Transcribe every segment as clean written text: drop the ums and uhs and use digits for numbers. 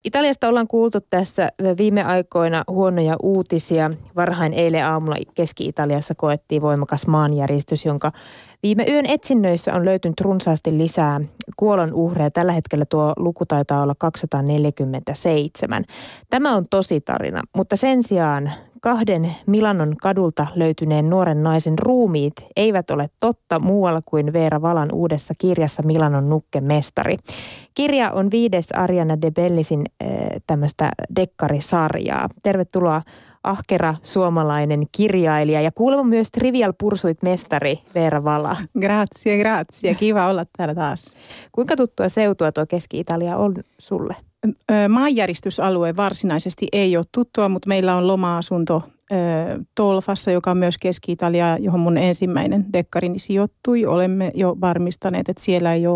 Italiasta ollaan kuultu tässä viime aikoina huonoja uutisia. Varhain eilen aamulla Keski-Italiassa koettiin voimakas maanjäristys, jonka viime yön etsinnöissä on löytynyt runsaasti lisää kuolonuhreja. Tällä hetkellä tuo luku taitaa olla 247. Tämä on tositarina, mutta sen sijaan 2 Milanon kadulta löytyneen nuoren naisen ruumiit eivät ole totta muualla kuin Veera Valan uudessa kirjassa Milanon nukkemestari. Kirja on 5. Arianna de Bellisin tämmöistä dekkarisarjaa. Tervetuloa ahkera suomalainen kirjailija ja kuulemma myös Trivial Pursuit-mestari Veera Vala. Grazie. Kiva olla täällä taas. Kuinka tuttua seutua tuo Keski-Italia on sulle? Maanjäristysalue varsinaisesti ei ole tuttua, mutta meillä on loma-asunto Tolfassa, joka on myös Keski-Italia, johon mun ensimmäinen dekkarini sijoittui. Olemme jo varmistaneet, että siellä ei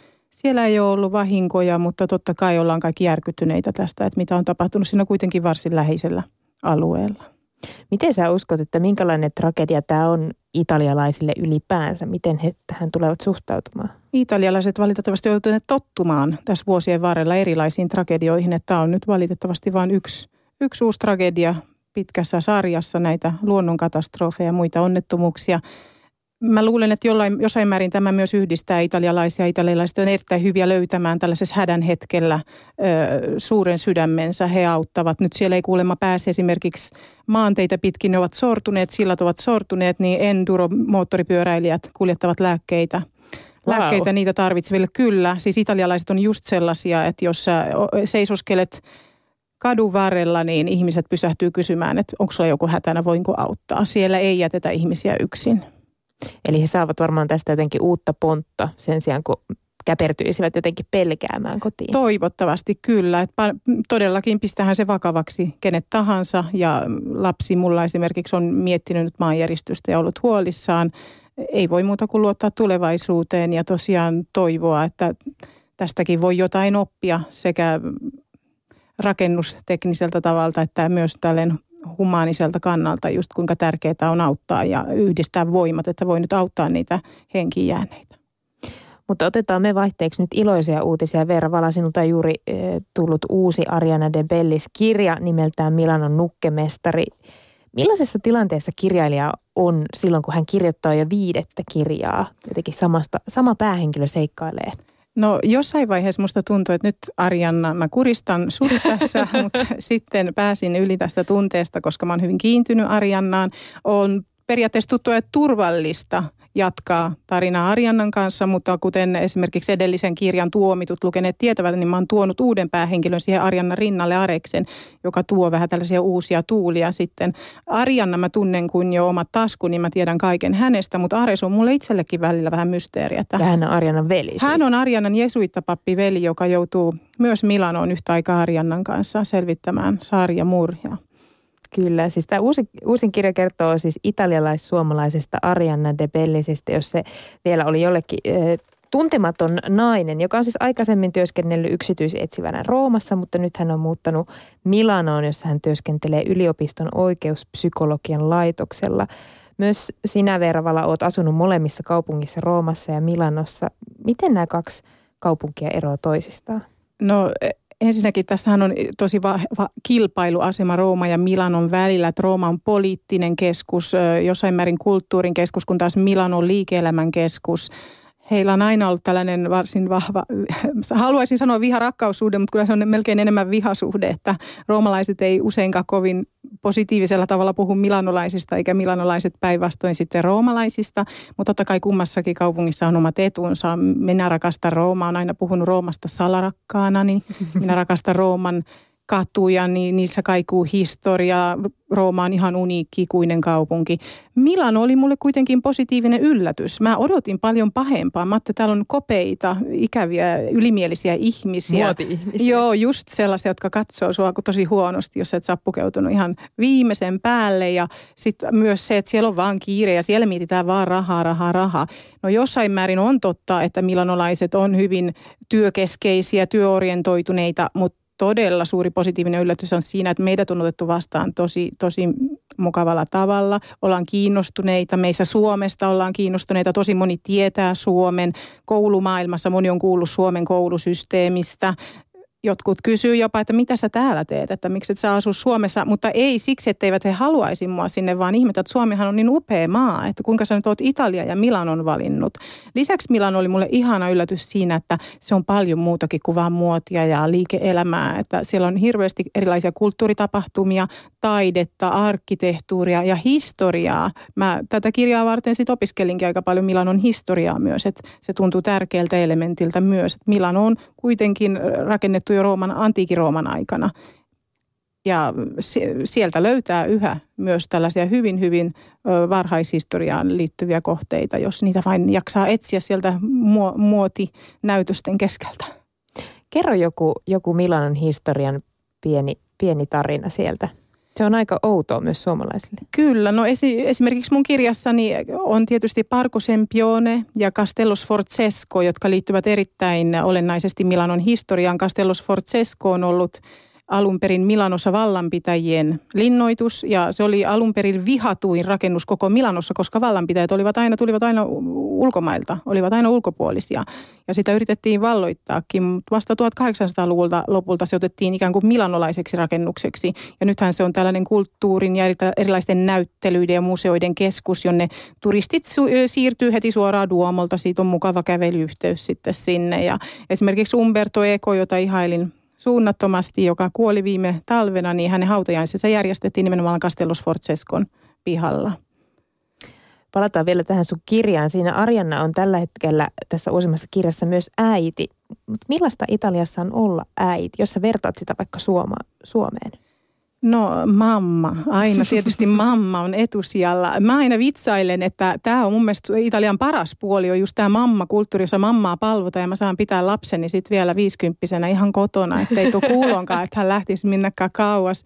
ole ollut vahinkoja, mutta totta kai ollaan kaikki järkyttyneitä tästä, että mitä on tapahtunut siinä kuitenkin varsin läheisellä alueella. Miten sä uskot, että minkälainen tragedia tämä on italialaisille ylipäänsä? Miten he tähän tulevat suhtautumaan? Italialaiset valitettavasti joutuneet tottumaan tässä vuosien varrella erilaisiin tragedioihin, että tämä on nyt valitettavasti vain yksi uusi tragedia pitkässä sarjassa näitä luonnonkatastrofeja ja muita onnettomuuksia. Mä luulen, että jossain määrin tämä myös yhdistää italialaisia. Italialaiset on erittäin hyviä löytämään tällaisessa hädän hetkellä suuren sydämensä. He auttavat. Nyt siellä ei kuulemma pääse esimerkiksi maanteita pitkin. Ne ovat sortuneet, sillat ovat sortuneet, niin enduro-moottoripyöräilijät kuljettavat lääkkeitä. Wow. Lääkkeitä niitä tarvitseville. Kyllä, siis italialaiset on just sellaisia, että jos sä seisoskelet kadun varrella, niin ihmiset pysähtyy kysymään, että onko sulla joku hätänä, voinko auttaa. Siellä ei jätetä ihmisiä yksin. Eli he saavat varmaan tästä jotenkin uutta pontta sen sijaan, kun käpertyisivät jotenkin pelkäämään kotiin. Toivottavasti kyllä. Että todellakin pistähän se vakavaksi kenet tahansa. Ja lapsi mulla esimerkiksi on miettinyt maanjäristystä ja ollut huolissaan. Ei voi muuta kuin luottaa tulevaisuuteen ja tosiaan toivoa, että tästäkin voi jotain oppia sekä rakennustekniseltä tavalta että myös tälleen humaaniselta kannalta, just kuinka tärkeää on auttaa ja yhdistää voimat, että voi nyt auttaa niitä henkiin jääneitä. Mutta otetaan me vaihteeksi nyt iloisia uutisia. Veera Vala, sinulta on juuri tullut uusi Arianna de Bellis-kirja nimeltään Milanon nukkemestari. Millaisessa tilanteessa kirjailija on silloin, kun hän kirjoittaa jo 5. kirjaa? Jotenkin sama päähenkilö seikkailee. No jossain vaiheessa musta tuntuu, että nyt Arianna, mä kuristan sut tässä, mutta sitten pääsin yli tästä tunteesta, koska mä oon hyvin kiintynyt Ariannaan. On periaatteessa tuttua ja turvallista jatkaa tarinaa Ariannan kanssa, mutta kuten esimerkiksi edellisen kirjan tuomitut lukeneet tietävät, niin mä oon tuonut uuden päähenkilön siihen Ariannan rinnalle, Areksen, joka tuo vähän tällaisia uusia tuulia sitten. Arianna mä tunnen kuin jo omat taskuni, niin mä tiedän kaiken hänestä, mutta Ares on mulle itsellekin välillä vähän mysteeriä. Ja hän on Ariannan veli siis. Hän on Ariannan jesuittapappiveli, joka joutuu myös Milanoon yhtä aikaa Ariannan kanssa selvittämään sarjamurhia. Kyllä, siis tämä uusin kirja kertoo siis italialais-suomalaisesta Arianna de Bellisistä, jos se vielä oli jollekin tuntematon nainen, joka on siis aikaisemmin työskennellyt yksityisetsivänä Roomassa, mutta nyt hän on muuttanut Milanoon, jossa hän työskentelee yliopiston oikeuspsykologian laitoksella. Myös sinä, Veera Vala, olet asunut molemmissa kaupungissa, Roomassa ja Milanossa. Miten nämä 2 kaupunkia eroavat toisistaan? No ensinnäkin tässähän on tosi kilpailuasema Rooma ja Milanon välillä, että Rooma on poliittinen keskus, jossain määrin kulttuurin keskus, kun taas Milano on liike-elämän keskus. Heillä on aina ollut tällainen varsin vahva, haluaisin sanoa viha-rakkaussuhde, mutta kyllä se on melkein enemmän vihasuhde, että roomalaiset ei useinkaan kovin positiivisella tavalla puhu milanolaisista, eikä milanolaiset päinvastoin sitten roomalaisista, mutta totta kai kummassakin kaupungissa on omat etunsa. Minä rakastan Roomaa, olen aina puhunut Roomasta salarakkaanani, minä rakastan Rooman katuja, niin niissä kaikuu historiaa. Rooma on ihan uniikki, ikuinen kaupunki. Milano oli mulle kuitenkin positiivinen yllätys. Mä odotin paljon pahempaa. Mä ajattelin, että täällä on kopeita, ikäviä, ylimielisiä ihmisiä. Muoti-ihmisiä. Joo, just sellaisia, jotka katsoo sua tosi huonosti, jos et sä pukeutunut ihan viimeisen päälle. Ja sitten myös se, että siellä on vaan kiire ja siellä mietitään vaan rahaa. No jossain määrin on totta, että milanolaiset on hyvin työkeskeisiä, työorientoituneita, mutta todella suuri positiivinen yllätys on siinä, että meidät on otettu vastaan tosi mukavalla tavalla. Ollaan kiinnostuneita. Meissä Suomesta ollaan kiinnostuneita. Tosi moni tietää Suomen. Koulumaailmassa moni on kuullut Suomen koulusysteemistä. Jotkut kysyy jopa, että mitä sä täällä teet, että miksi et sä asu Suomessa, mutta ei siksi, etteivät he haluaisi mua sinne, vaan ihmettä, että Suomihan on niin upea maa, että kuinka sä nyt oot Italia ja Milanon valinnut. Lisäksi Milano oli mulle ihana yllätys siinä, että se on paljon muutakin kuin vaan muotia ja liike-elämää, että siellä on hirveästi erilaisia kulttuuritapahtumia, taidetta, arkkitehtuuria ja historiaa. Mä tätä kirjaa varten sit opiskelinkin aika paljon Milanon historiaa myös, että se tuntuu tärkeältä elementiltä myös. Milano on kuitenkin rakennettu jo antiikin Rooman aikana. Ja sieltä löytää yhä myös tällaisia hyvin, hyvin varhaishistoriaan liittyviä kohteita, jos niitä vain jaksaa etsiä sieltä muotinäytösten keskeltä. Kerro joku Milanon historian pieni tarina sieltä. Se on aika outoa myös suomalaisille. Kyllä, no esimerkiksi mun kirjassani on tietysti Parco Sempione ja Castello Sforzesco, jotka liittyvät erittäin olennaisesti Milanon historiaan. Castello Sforzesco on ollut alun perin Milanossa vallanpitäjien linnoitus ja se oli alun perin vihatuin rakennus koko Milanossa, koska vallanpitäjät tulivat aina ulkomailta, olivat aina ulkopuolisia ja sitä yritettiin valloittaakin, mutta vasta 1800-luvulta lopulta se otettiin ikään kuin milanolaiseksi rakennukseksi ja nythän se on tällainen kulttuurin ja erilaisten näyttelyiden ja museoiden keskus, jonne turistit siirtyy heti suoraan Duomolta, siitä on mukava kävelyyhteys sitten sinne ja esimerkiksi Umberto Eco, jota ihailin suunnattomasti, joka kuoli viime talvena, niin hänen hautajainsa järjestettiin nimenomaan Castello Sforzescon pihalla. Palataan vielä tähän sun kirjaan. Siinä Arianna on tällä hetkellä tässä uusimmassa kirjassa myös äiti. Mutta millaista Italiassa on olla äiti, jos sä vertaat sitä vaikka Suomeen? No mamma, aina tietysti mamma on etusijalla. Mä aina vitsailen, että tämä on mun mielestä Italian paras puoli on just tämä mamma-kulttuuri, jossa mammaa palvotaan ja mä saan pitää lapseni sitten vielä 50-vuotiaana ihan kotona, ettei tule kuulonkaan, että hän lähtisi minnekään kauas.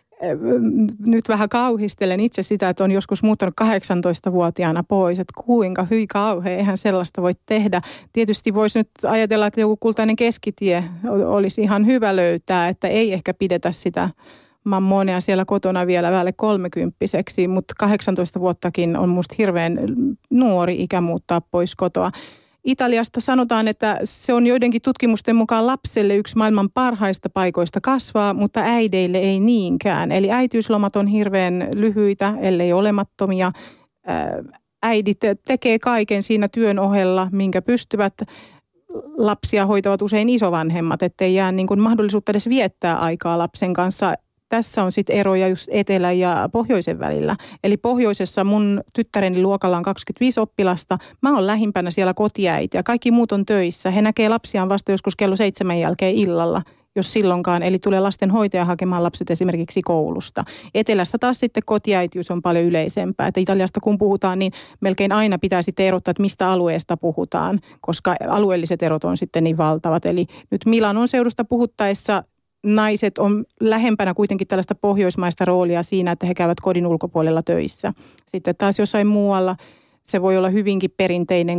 Nyt vähän kauhistelen itse sitä, että on joskus muuttanut 18-vuotiaana pois, että kuinka hyi kauhea, eihän sellaista voi tehdä. Tietysti voisi nyt ajatella, että joku kultainen keskitie olisi ihan hyvä löytää, että ei ehkä pidetä sitä mammonea siellä kotona vielä välle 30-vuotiaaksi, mutta 18 vuottakin on musta hirveän nuori ikä muuttaa pois kotoa. Italiasta sanotaan, että se on joidenkin tutkimusten mukaan lapselle yksi maailman parhaista paikoista kasvaa, mutta äideille ei niinkään. Eli äitiyslomat on hirveän lyhyitä, ellei olemattomia. Äidit tekee kaiken siinä työn ohella, minkä pystyvät. Lapsia hoitavat usein isovanhemmat, ettei jää niin kuin mahdollisuutta edes viettää aikaa lapsen kanssa. Tässä on sitten eroja just etelä- ja pohjoisen välillä. Eli pohjoisessa mun tyttäreni luokalla on 25 oppilasta. Mä oon lähimpänä siellä kotiäiti ja kaikki muut on töissä. He näkee lapsiaan vasta joskus kello 7 jälkeen illalla, jos silloinkaan. Eli tulee lastenhoitaja hakemaan lapset esimerkiksi koulusta. Etelässä taas sitten kotiäitiys on paljon yleisempää. Että Italiasta kun puhutaan, niin melkein aina pitää sitten erottaa, että mistä alueesta puhutaan, koska alueelliset erot on sitten niin valtavat. Eli nyt Milanon seudusta puhuttaessa naiset on lähempänä kuitenkin tällaista pohjoismaista roolia siinä, että he käyvät kodin ulkopuolella töissä. Sitten taas jossain muualla se voi olla hyvinkin perinteinen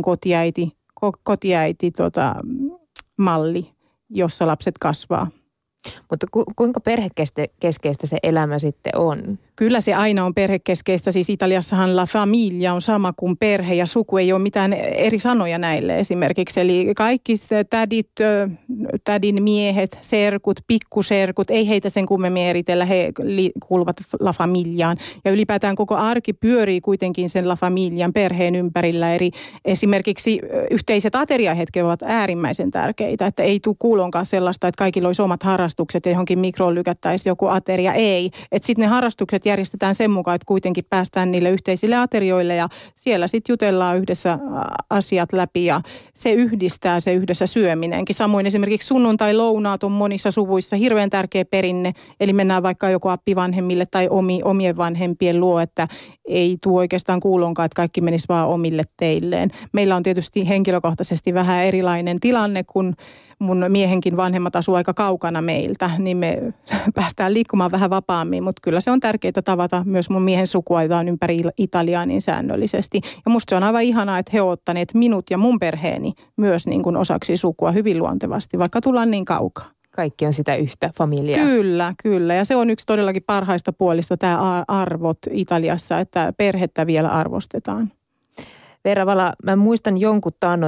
malli, jossa lapset kasvaa. Mutta kuinka perhekeskeistä se elämä sitten on? Kyllä se aina on perhekeskeistä. Siis Italiassahan la famiglia on sama kuin perhe ja suku. Ei ole mitään eri sanoja näille esimerkiksi. Eli kaikki tädin miehet, serkut, pikkuserkut, ei heitä sen kummemmin eritellä. He kuuluvat la familiaan. Ja ylipäätään koko arki pyörii kuitenkin sen la familian perheen ympärillä. Esimerkiksi yhteiset ateriahetket ovat äärimmäisen tärkeitä. Että ei tule kuulonkaan sellaista, että kaikilla olisi omat harrastukset ja johonkin mikroon lykättäisiin joku ateria. Ei. Että sitten ne harrastukset järjestetään sen mukaan, että kuitenkin päästään niille yhteisille aterioille ja siellä sitten jutellaan yhdessä asiat läpi ja se yhdistää se yhdessä syöminenkin. Samoin esimerkiksi sunnuntai-lounaat on monissa suvuissa hirveän tärkeä perinne, eli mennään vaikka joko appivanhemmille tai omien vanhempien luo, että ei tule oikeastaan kuulonkaan, että kaikki menisi vaan omille teilleen. Meillä on tietysti henkilökohtaisesti vähän erilainen tilanne, kun mun miehenkin vanhemmat asuu aika kaukana meiltä, niin me päästään liikkumaan vähän vapaammin, mutta kyllä se on tärkeää tavata myös mun miehen sukua, jota on ympäri Italiaa niin säännöllisesti. Ja musta se on aivan ihanaa, että he ovat ottaneet minut ja mun perheeni myös niin kuin osaksi sukua hyvin luontevasti, vaikka tullaan niin kaukaa. Kaikki on sitä yhtä familiaa. Kyllä. Ja se on yksi todellakin parhaista puolista tämä arvot Italiassa, että perhettä vielä arvostetaan. Veera Vala, mä muistan jonkun taannoin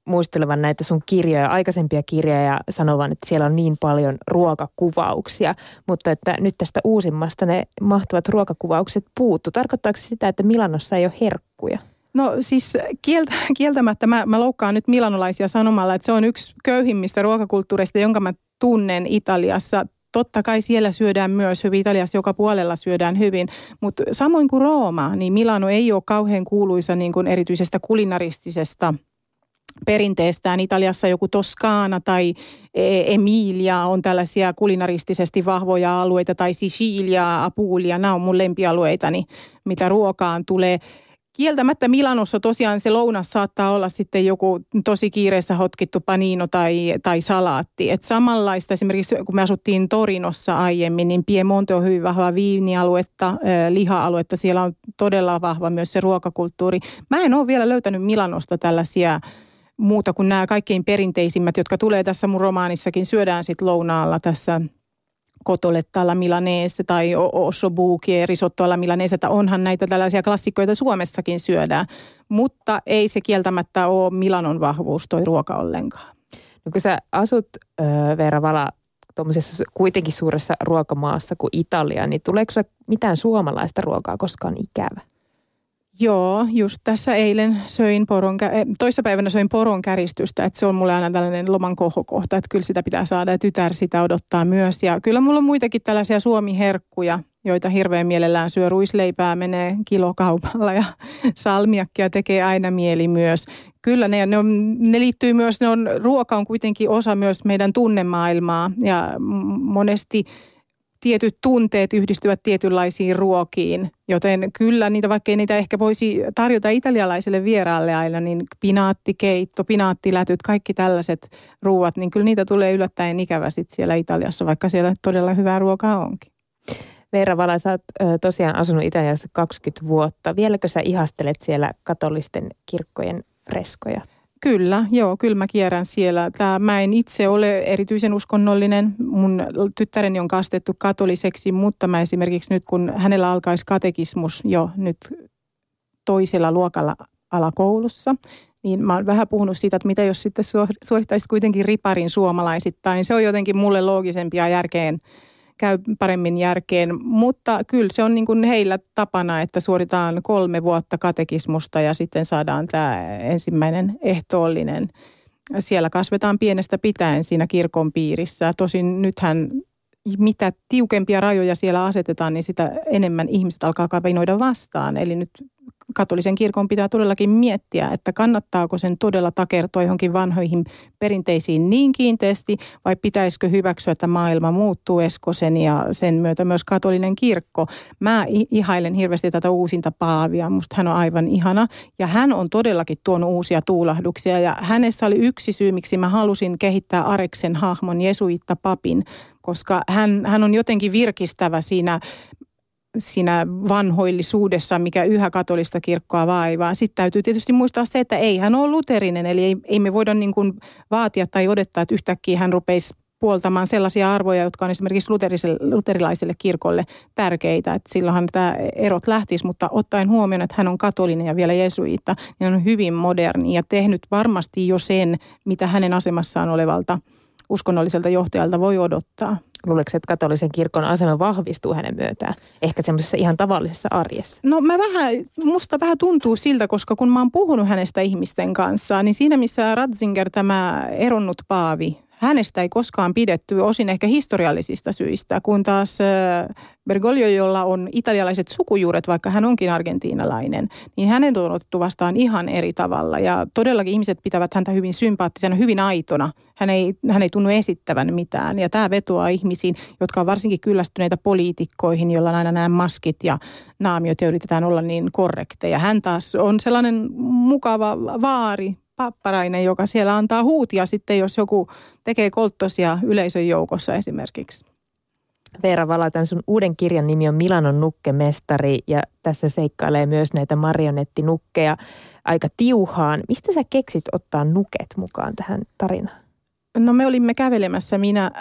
muistelevan näitä sun kirjoja, aikaisempia kirjoja ja sanovan, että siellä on niin paljon ruokakuvauksia, mutta että nyt tästä uusimmasta ne mahtavat ruokakuvaukset puuttu. Tarkoittaako se sitä, että Milanossa ei ole herkkuja? No siis kieltämättä mä loukkaan nyt milanolaisia sanomalla, että se on yksi köyhimmistä ruokakulttuureista, jonka mä tunnen Italiassa. Totta kai siellä syödään myös hyvin, Italiassa joka puolella syödään hyvin, mutta samoin kuin Rooma, niin Milano ei ole kauhean kuuluisa niin kuin erityisestä kulinaristisesta perinteestään. Italiassa joku Toskana tai Emilia on tällaisia kulinaristisesti vahvoja alueita, tai Sicilia, Apulia, nämä on mun lempialueitani, mitä ruokaan tulee. Kieltämättä Milanossa tosiaan se lounas saattaa olla sitten joku tosi kiireessä hotkittu panino tai salaatti. Et samanlaista esimerkiksi kun me asuttiin Torinossa aiemmin, niin Piemonte on hyvin vahva viinialuetta, liha-aluetta. Siellä on todella vahva myös se ruokakulttuuri. Mä en ole vielä löytänyt Milanosta tällaisia muuta kuin nämä kaikkein perinteisimmät, jotka tulee tässä mun romaanissakin. Syödään sitten lounaalla tässä Cotoletta alla Milanese tai ossobuchi, risotto alla Milanese, että onhan näitä tällaisia klassikoita Suomessakin syödään, mutta ei se kieltämättä ole Milanon vahvuus toi ruoka ollenkaan. No kun sä asut, Veera Vala, tuommoisessa kuitenkin suuressa ruokamaassa kuin Italia, niin tuleeko sulle mitään suomalaista ruokaa koskaan ikävä? Joo, just tässä eilen toissapäivänä söin poron käristystä, että se on mulle aina tällainen loman kohokohta, että kyllä sitä pitää saada ja tytär sitä odottaa myös. Ja kyllä mulla on muitakin tällaisia suomiherkkuja, joita hirveän mielellään syö. Ruisleipää menee kilokaupalla ja salmiakkia tekee aina mieli myös. Kyllä ne liittyy myös, ruoka on kuitenkin osa myös meidän tunnemaailmaa ja monesti tietyt tunteet yhdistyvät tietynlaisiin ruokiin, joten kyllä niitä, vaikka ei niitä ehkä voisi tarjota italialaiselle vieraalle aina, niin pinaattikeitto, pinaattilätyt, kaikki tällaiset ruuat, niin kyllä niitä tulee yllättäen ikävä sitten siellä Italiassa, vaikka siellä todella hyvää ruokaa onkin. Veera Vala, sä oot tosiaan asunut Italiassa 20 vuotta. Vieläkö sä ihastelet siellä katolisten kirkkojen freskoja? Kyllä mä kierrän siellä. Mä en itse ole erityisen uskonnollinen. Mun tyttäreni on kastettu katoliseksi, mutta mä esimerkiksi nyt, kun hänellä alkaisi katekismus jo nyt toisella luokalla alakoulussa, niin mä oon vähän puhunut siitä, että mitä jos sitten suorittaisit kuitenkin riparin suomalaisittain. Se on jotenkin mulle loogisempi ja käy paremmin järkeen, mutta kyllä se on niin kuin heillä tapana, että suoritaan 3 vuotta katekismusta ja sitten saadaan tämä ensimmäinen ehtoollinen. Siellä kasvetaan pienestä pitäen siinä kirkon piirissä. Tosin nythän mitä tiukempia rajoja siellä asetetaan, niin sitä enemmän ihmiset alkaa kapinoida vastaan. Eli nyt katolisen kirkon pitää todellakin miettiä, että kannattaako sen todella takertua johonkin vanhoihin perinteisiin niin kiinteästi, vai pitäisikö hyväksyä, että maailma muuttuu Eskosen ja sen myötä myös katolinen kirkko. Mä ihailen hirveästi tätä uusinta paavia, musta hän on aivan ihana ja hän on todellakin tuonut uusia tuulahduksia ja hänessä oli yksi syy, miksi mä halusin kehittää Areksen hahmon jesuittapapin, koska hän on jotenkin virkistävä siinä vanhoillisuudessa, mikä yhä katolista kirkkoa vaivaa. Sitten täytyy tietysti muistaa se, että ei hän ole luterinen, eli ei me voida niin kuin vaatia tai odottaa, että yhtäkkiä hän rupeisi puoltamaan sellaisia arvoja, jotka on esimerkiksi luterilaiselle kirkolle tärkeitä. Että silloinhan tämä erot lähtisi, mutta ottaen huomioon, että hän on katolinen ja vielä jesuiitta, niin on hyvin moderni ja tehnyt varmasti jo sen, mitä hänen asemassaan olevalta uskonnolliselta johtajalta voi odottaa. Luuletko, että katolisen kirkon asema vahvistuu hänen myötään? Ehkä semmoisessa ihan tavallisessa arjessa. No musta vähän tuntuu siltä, koska kun mä oon puhunut hänestä ihmisten kanssa, niin siinä missä Ratzinger, tämä eronnut paavi, hänestä ei koskaan pidetty osin ehkä historiallisista syistä, kun taas Bergoglio, jolla on italialaiset sukujuuret, vaikka hän onkin argentiinalainen, niin hänet on otettu vastaan ihan eri tavalla. Ja todellakin ihmiset pitävät häntä hyvin sympaattisena, hyvin aitona. Hän ei tunnu esittävän mitään. Ja tämä vetoaa ihmisiin, jotka on varsinkin kyllästyneitä poliitikkoihin, joilla on aina nämä maskit ja naamiot ja yritetään olla niin korrekteja. Hän taas on sellainen mukava vaari, papparainen, joka siellä antaa huutia sitten, jos joku tekee kolttosia yleisön joukossa esimerkiksi. Veera Vala, tämän sun uuden kirjan nimi on Milanon nukkemestari ja tässä seikkailee myös näitä marionettinukkeja aika tiuhaan. Mistä sä keksit ottaa nuket mukaan tähän tarinaan? No me olimme kävelemässä minä,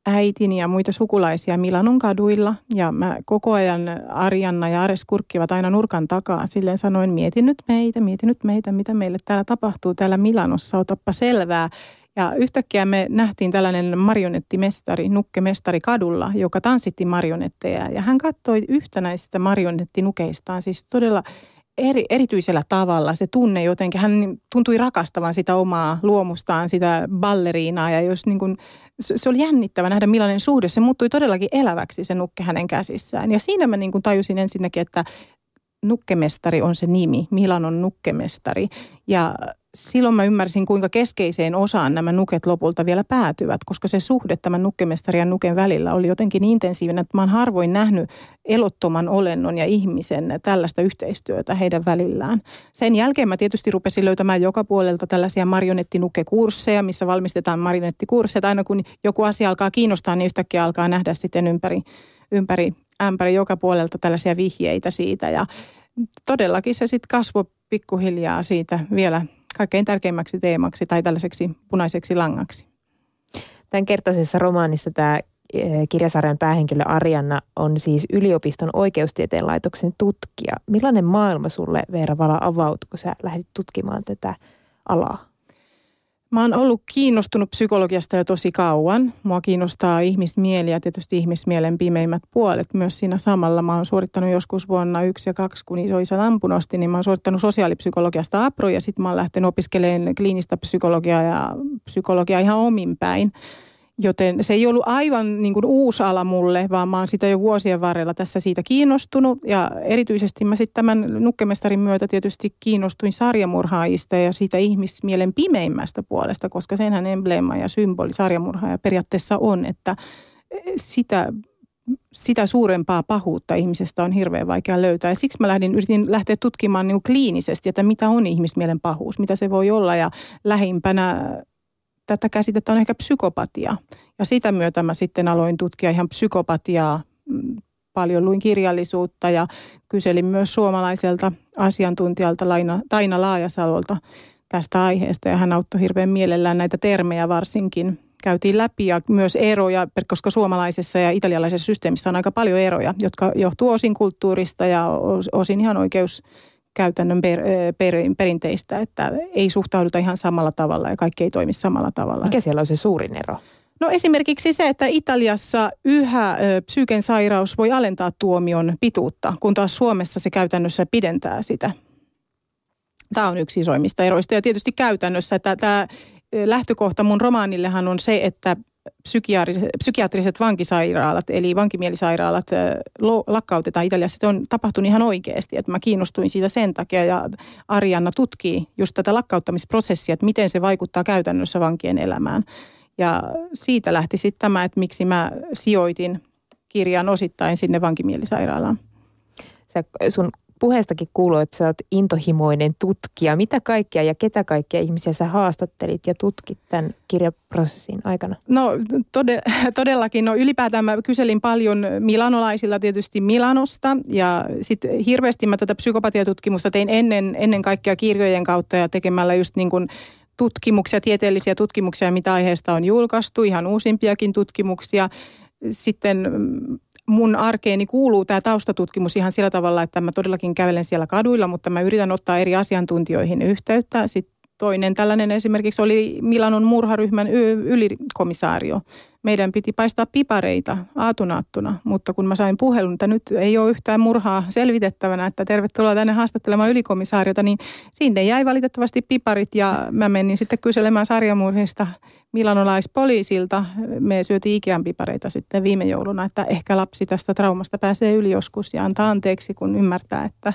äitini ja muita sukulaisia Milanon kaduilla. Ja mä koko ajan Arianna ja Ares kurkkivat aina nurkan takaa. Silleen sanoin, mieti nyt meitä, mitä meille täällä tapahtuu täällä Milanossa, otappa selvää. Ja yhtäkkiä me nähtiin tällainen marionettimestari, nukkemestari kadulla, joka tanssitti marionetteja. Ja hän katsoi yhtä näistä marionettinukeistaan, siis todella erityisellä tavalla. Se tunne jotenkin, hän tuntui rakastavan sitä omaa luomustaan, sitä balleriinaa. Ja jos niin kuin, se oli jännittävä nähdä millainen suhde. Se muuttui todellakin eläväksi se nukke hänen käsissään. Ja siinä mä niin kuin tajusin ensinnäkin, että nukkemestari on se nimi, Milanon nukkemestari. Ja silloin mä ymmärsin, kuinka keskeiseen osaan nämä nuket lopulta vielä päätyvät, koska se suhde tämän nukkemestarin ja nuken välillä oli jotenkin intensiivinen, että mä oon harvoin nähnyt elottoman olennon ja ihmisen tällaista yhteistyötä heidän välillään. Sen jälkeen mä tietysti rupesin löytämään joka puolelta tällaisia marionettinukkekursseja, missä valmistetaan marionettikursseja. Aina kun joku asia alkaa kiinnostaa, niin yhtäkkiä alkaa nähdä sitten ympäri ämpäri joka puolelta tällaisia vihjeitä siitä. Ja todellakin se sitten kasvoi pikkuhiljaa siitä vielä kaikkein tärkeimmäksi teemaksi tai tällaiseksi punaiseksi langaksi. Tämän kertaisessa romaanissa tämä kirjasarjan päähenkilö Arianna on siis yliopiston oikeustieteen laitoksen tutkija. Millainen maailma sulle, Veera Vala, avautui, kun sä lähdit tutkimaan tätä alaa? Mä oon ollut kiinnostunut psykologiasta jo tosi kauan. Mua kiinnostaa ihmismieli ja tietysti ihmismielen pimeimmät puolet. Myös siinä samalla mä oon suorittanut joskus vuonna 1 ja 2, kun isoisä lampu nosti, niin mä oon suorittanut sosiaalipsykologiasta apro ja sitten mä oon lähtenyt opiskelemaan kliinistä psykologiaa ja psykologiaa ihan omin päin. Joten se ei ollut aivan niin kuin uusi ala mulle, vaan mä oon sitä jo vuosien varrella tässä siitä kiinnostunut. Ja erityisesti mä sitten tämän nukkemestarin myötä tietysti kiinnostuin sarjamurhaajista ja siitä ihmismielen pimeimmästä puolesta, koska senhän embleema ja symboli sarjamurhaaja periaatteessa on, että sitä suurempaa pahuutta ihmisestä on hirveän vaikea löytää. Ja siksi mä yritin lähteä tutkimaan niin kuin kliinisesti, että mitä on ihmismielen pahuus, mitä se voi olla ja lähimpänä tätä käsitettä on ehkä psykopatia. Ja sitä myötä mä sitten aloin tutkia ihan psykopatiaa. Paljon luin kirjallisuutta ja kyselin myös suomalaiselta asiantuntijalta Taina Laajasalolta tästä aiheesta. Ja hän auttoi hirveän mielellään näitä termejä varsinkin. Käytiin läpi ja myös eroja, koska suomalaisessa ja italialaisessa systeemissä on aika paljon eroja, jotka johtuu osin kulttuurista ja osin ihan käytännön perinteistä, että ei suhtauduta ihan samalla tavalla ja kaikki ei toimi samalla tavalla. Mikä siellä on se suurin ero? No esimerkiksi se, että Italiassa yhä psyyken sairaus voi alentaa tuomion pituutta, kun taas Suomessa se käytännössä pidentää sitä. Tämä on yksi isoimmista eroista ja tietysti käytännössä, että tämä lähtökohta mun romaanillehan on se, että psykiatriset vankisairaalat, eli vankimielisairaalat lakkautetaan Italiassa. Se on tapahtunut ihan oikeasti, että mä kiinnostuin siitä sen takia ja Arianna tutkii just tätä lakkauttamisprosessia, että miten se vaikuttaa käytännössä vankien elämään. Ja siitä lähti sitten tämä, että miksi mä sijoitin kirjan osittain sinne vankimielisairaalaan. Sun puheestakin kuuluu, että sä oot intohimoinen tutkija. Mitä kaikkea ja ketä kaikkia ihmisiä sä haastattelit ja tutkit tämän kirjaprosessin aikana? No todellakin. No ylipäätään mä kyselin paljon milanolaisilta tietysti Milanosta ja sitten hirveästi mä tätä psykopatiatutkimusta tein ennen kaikkea kirjojen kautta ja tekemällä just niin kuin tutkimuksia, tieteellisiä tutkimuksia, mitä aiheesta on julkaistu, ihan uusimpiakin tutkimuksia. Sitten mun arkeeni kuuluu tämä taustatutkimus ihan sillä tavalla, että mä todellakin kävelen siellä kaduilla, mutta mä yritän ottaa eri asiantuntijoihin yhteyttä. Sitten toinen tällainen esimerkiksi oli Milanon murharyhmän ylikomissaario. Meidän piti paistaa pipareita aatunaattuna, mutta kun mä sain puhelun, että nyt ei ole yhtään murhaa selvitettävänä, että tervetuloa tänne haastattelemaan ylikomissaariota, niin sinne jäi valitettavasti piparit ja mä menin sitten kyselemään sarjamurhista milanolaispoliisilta. Me syötiin Ikean pipareita sitten viime jouluna, että ehkä lapsi tästä traumasta pääsee yli joskus ja antaa anteeksi, kun ymmärtää, että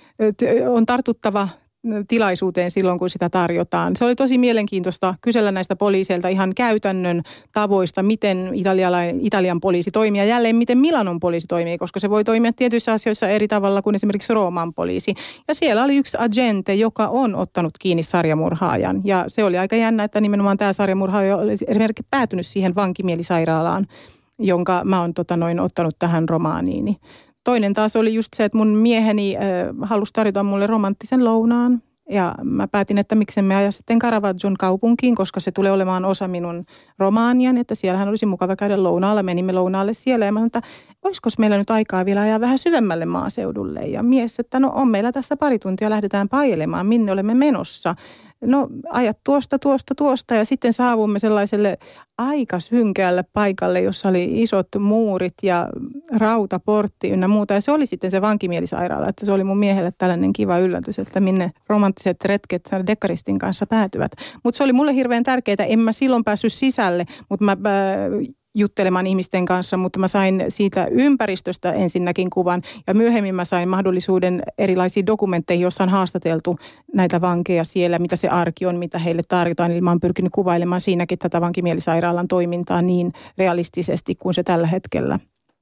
on tartuttava tilaisuuteen silloin, kun sitä tarjotaan. Se oli tosi mielenkiintoista kysellä näistä poliiseilta ihan käytännön tavoista, miten Italian poliisi toimii ja jälleen miten Milanon poliisi toimii, koska se voi toimia tietyissä asioissa eri tavalla kuin esimerkiksi Rooman poliisi. Ja siellä oli yksi agente, joka on ottanut kiinni sarjamurhaajan ja se oli aika jännä, että nimenomaan tämä sarjamurhaaja oli esimerkiksi päätynyt siihen vankimielisairaalaan, jonka mä oon ottanut tähän romaaniini. Toinen taas oli just se, että mun mieheni halusi tarjota mulle romanttisen lounaan. Ja mä päätin, että miksen me aja sitten Caravaggion kaupunkiin, koska se tulee olemaan osa minun Romanian, että siellähän olisi mukava käydä lounaalla. Menimme lounaalle siellä ja mä sanoin, että olisiko meillä nyt aikaa vielä ajaa vähän syvemmälle maaseudulle. Ja mies, että no on meillä tässä pari tuntia, lähdetään paijelemaan, minne olemme menossa. No ajat tuosta ja sitten saavumme sellaiselle aika synkeälle paikalle, jossa oli isot muurit ja rautaportti ynnä muuta. Ja se oli sitten se vankimielisairaala, että se oli mun miehelle tällainen kiva yllätys, että minne romanttiset retket dekkaristin kanssa päätyvät. Mutta se oli mulle hirveän tärkeää, en mä silloin päässyt sisälle, mutta mä juttelemaan ihmisten kanssa, mutta mä sain siitä ympäristöstä ensinnäkin kuvan ja myöhemmin mä sain mahdollisuuden erilaisiin dokumentteihin, joissa on haastateltu näitä vankeja siellä, mitä se arki on, mitä heille tarjotaan. Eli mä oon pyrkinyt kuvailemaan siinäkin tätä vankimielisairaalan toimintaa niin realistisesti kuin se tällä hetkellä,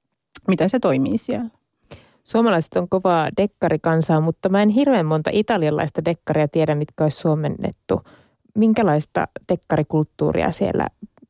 miten se toimii siellä. Suomalaiset on kovaa dekkarikansaa, mutta mä en hirveän monta italialaista dekkaria tiedä, mitkä olisi suomennettu. Minkälaista dekkarikulttuuria siellä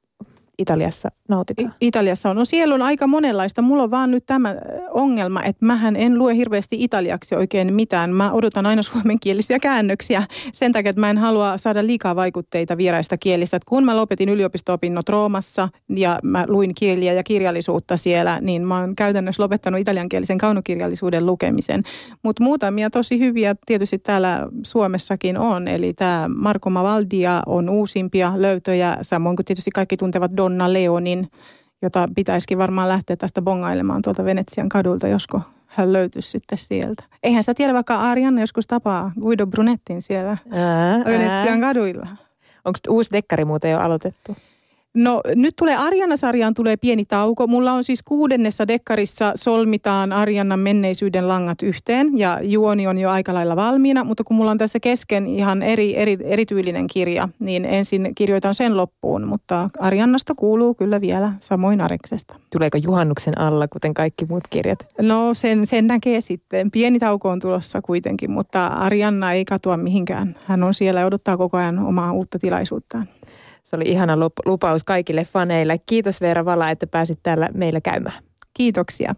Italiassa nautitaan? Italiassa on. No siellä on aika monenlaista. Mulla on vaan nyt tämä ongelma, että mähän en lue hirveästi italiaksi oikein mitään. Mä odotan aina suomenkielisiä käännöksiä sen takia, että mä en halua saada liikaa vaikutteita vieraista kielistä. Että kun mä lopetin yliopisto-opinnot Roomassa ja mä luin kieliä ja kirjallisuutta siellä, niin mä oon käytännössä lopettanut italiankielisen kaunokirjallisuuden lukemisen. Mutta muutamia tosi hyviä tietysti täällä Suomessakin on. Eli tämä Marco Mavaldia on uusimpia löytöjä, samoin kuin tietysti kaikki tuntevat Donna Leonin, jota pitäisikin varmaan lähteä tästä bongailemaan tuolta Venetsian kadulta, josko hän löytyisi sitten sieltä. Eihän sitä tiedä, vaikka Arianna joskus tapaa Guido Brunettin siellä Venetsian kaduilla. Onko uusi dekkari muuten jo aloitettu? No nyt tulee Arianna-sarjaan tulee pieni tauko. Mulla on siis 6. dekkarissa solmitaan Ariannan menneisyyden langat yhteen ja juoni on jo aika lailla valmiina, mutta kun mulla on tässä kesken ihan erityylinen kirja, niin ensin kirjoitan sen loppuun, mutta Ariannasta kuuluu kyllä vielä samoin Areksesta. Tuleeko juhannuksen alla, kuten kaikki muut kirjat? No sen näkee sitten. Pieni tauko on tulossa kuitenkin, mutta Arianna ei katoa mihinkään. Hän on siellä ja odottaa koko ajan omaa uutta tilaisuuttaan. Se oli ihana lupaus kaikille faneille. Kiitos Veera Vala, että pääsit täällä meillä käymään. Kiitoksia.